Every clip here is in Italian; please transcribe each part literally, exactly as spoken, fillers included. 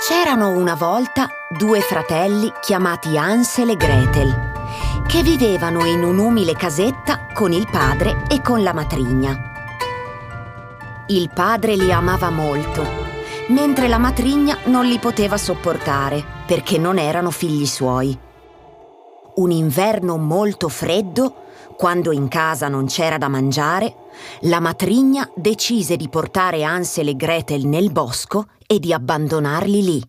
C'erano una volta due fratelli chiamati Hansel e Gretel, che vivevano in un'umile casetta con il padre e con la matrigna. Il padre li amava molto, mentre la matrigna non li poteva sopportare perché non erano figli suoi. Un inverno molto freddo, quando in casa non c'era da mangiare, la matrigna decise di portare Hansel e Gretel nel bosco e di abbandonarli lì.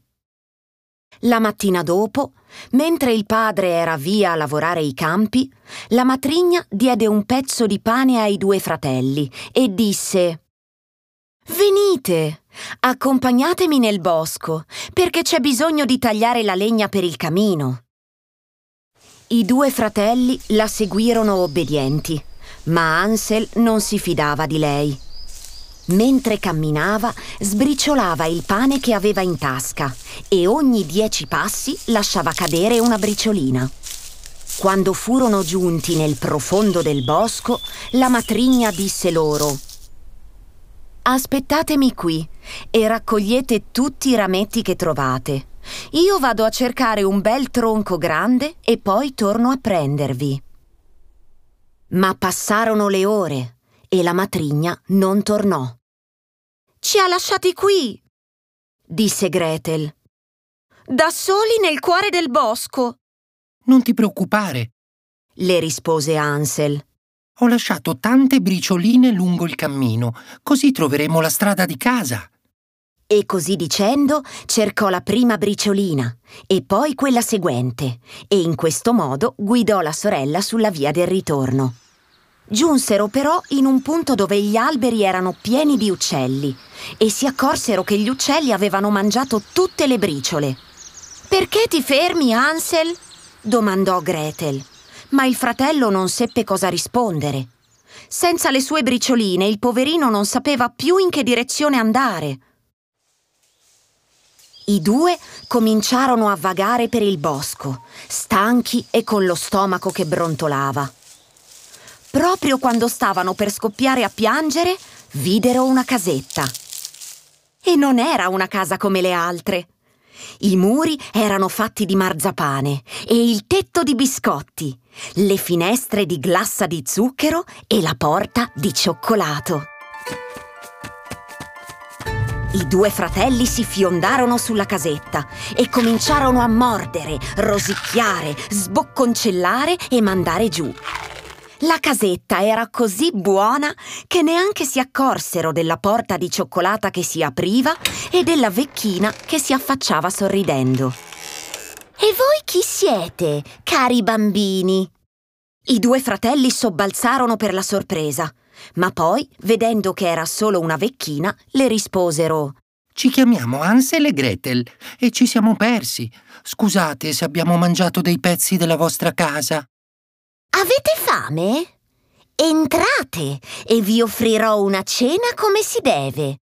La mattina dopo, mentre il padre era via a lavorare i campi, la matrigna diede un pezzo di pane ai due fratelli e disse: «Venite, accompagnatemi nel bosco, perché c'è bisogno di tagliare la legna per il camino». I due fratelli la seguirono obbedienti, ma Hansel non si fidava di lei. Mentre camminava, sbriciolava il pane che aveva in tasca e ogni dieci passi lasciava cadere una briciolina. Quando furono giunti nel profondo del bosco, la matrigna disse loro: «Aspettatemi qui e raccogliete tutti i rametti che trovate. Io vado a cercare un bel tronco grande e poi torno a prendervi». Ma passarono le ore e la matrigna non tornò. «Ci ha lasciati qui», disse Gretel, «da soli nel cuore del bosco». «Non ti preoccupare», le rispose Hansel. «Ho lasciato tante bricioline lungo il cammino, così troveremo la strada di casa». E così dicendo cercò la prima briciolina e poi quella seguente e in questo modo guidò la sorella sulla via del ritorno. Giunsero però in un punto dove gli alberi erano pieni di uccelli e si accorsero che gli uccelli avevano mangiato tutte le briciole. «Perché ti fermi, Hansel?» domandò Gretel, ma il fratello non seppe cosa rispondere. Senza le sue bricioline il poverino non sapeva più in che direzione andare. I due cominciarono a vagare per il bosco, stanchi e con lo stomaco che brontolava. Proprio quando stavano per scoppiare a piangere, videro una casetta. E non era una casa come le altre. I muri erano fatti di marzapane e il tetto di biscotti, le finestre di glassa di zucchero e la porta di cioccolato. I due fratelli si fiondarono sulla casetta e cominciarono a mordere, rosicchiare, sbocconcellare e mandare giù. La casetta era così buona che neanche si accorsero della porta di cioccolata che si apriva e della vecchina che si affacciava sorridendo. «E voi chi siete, cari bambini?» I due fratelli sobbalzarono per la sorpresa, ma poi, vedendo che era solo una vecchina, le risposero: «Ci chiamiamo Hansel e Gretel e ci siamo persi. Scusate se abbiamo mangiato dei pezzi della vostra casa». «Avete fame? Entrate e vi offrirò una cena come si deve».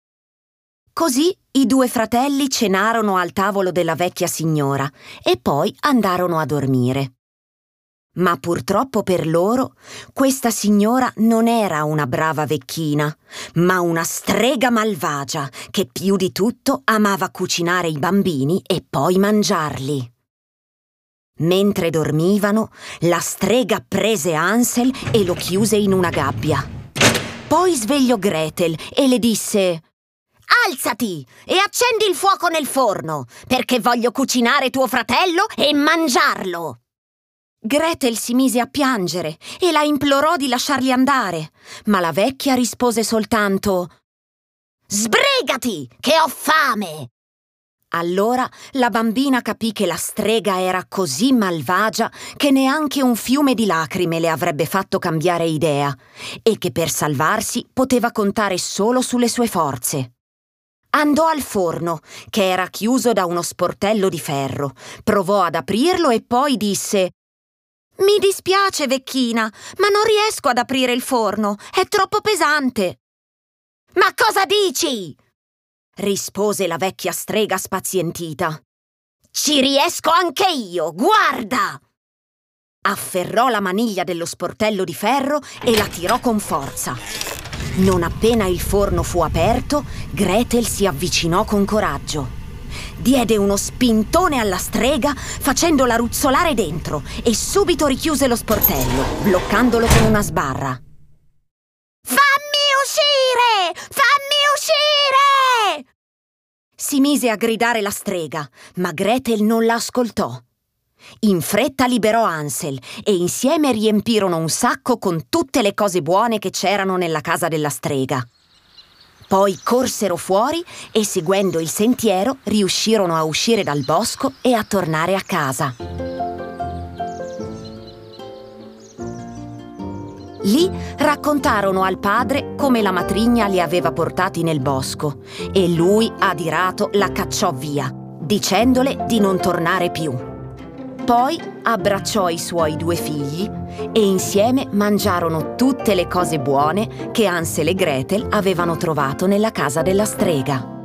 Così i due fratelli cenarono al tavolo della vecchia signora e poi andarono a dormire. Ma purtroppo per loro, questa signora non era una brava vecchina, ma una strega malvagia che più di tutto amava cucinare i bambini e poi mangiarli. Mentre dormivano, la strega prese Hansel e lo chiuse in una gabbia. Poi svegliò Gretel e le disse: «Alzati e accendi il fuoco nel forno, perché voglio cucinare tuo fratello e mangiarlo». Gretel si mise a piangere e la implorò di lasciarli andare, ma la vecchia rispose soltanto: «Sbrigati, che ho fame!» Allora la bambina capì che la strega era così malvagia che neanche un fiume di lacrime le avrebbe fatto cambiare idea e che per salvarsi poteva contare solo sulle sue forze. Andò al forno, che era chiuso da uno sportello di ferro, provò ad aprirlo e poi disse: «Mi dispiace, vecchina, ma non riesco ad aprire il forno, è troppo pesante». «Ma cosa dici?» rispose la vecchia strega spazientita. «Ci riesco anche io, guarda!» Afferrò la maniglia dello sportello di ferro e la tirò con forza. Non appena il forno fu aperto, Gretel si avvicinò con coraggio. Diede uno spintone alla strega facendola ruzzolare dentro e subito richiuse lo sportello, bloccandolo con una sbarra. «Fammi uscire! Fammi uscire!» Si mise a gridare la strega, ma Gretel non la ascoltò. In fretta liberò Hansel e insieme riempirono un sacco con tutte le cose buone che c'erano nella casa della strega. Poi corsero fuori e, seguendo il sentiero, riuscirono a uscire dal bosco e a tornare a casa. Lì raccontarono al padre come la matrigna li aveva portati nel bosco e lui, adirato, la cacciò via, dicendole di non tornare più. Poi abbracciò i suoi due figli e insieme mangiarono tutte le cose buone che Hansel e Gretel avevano trovato nella casa della strega.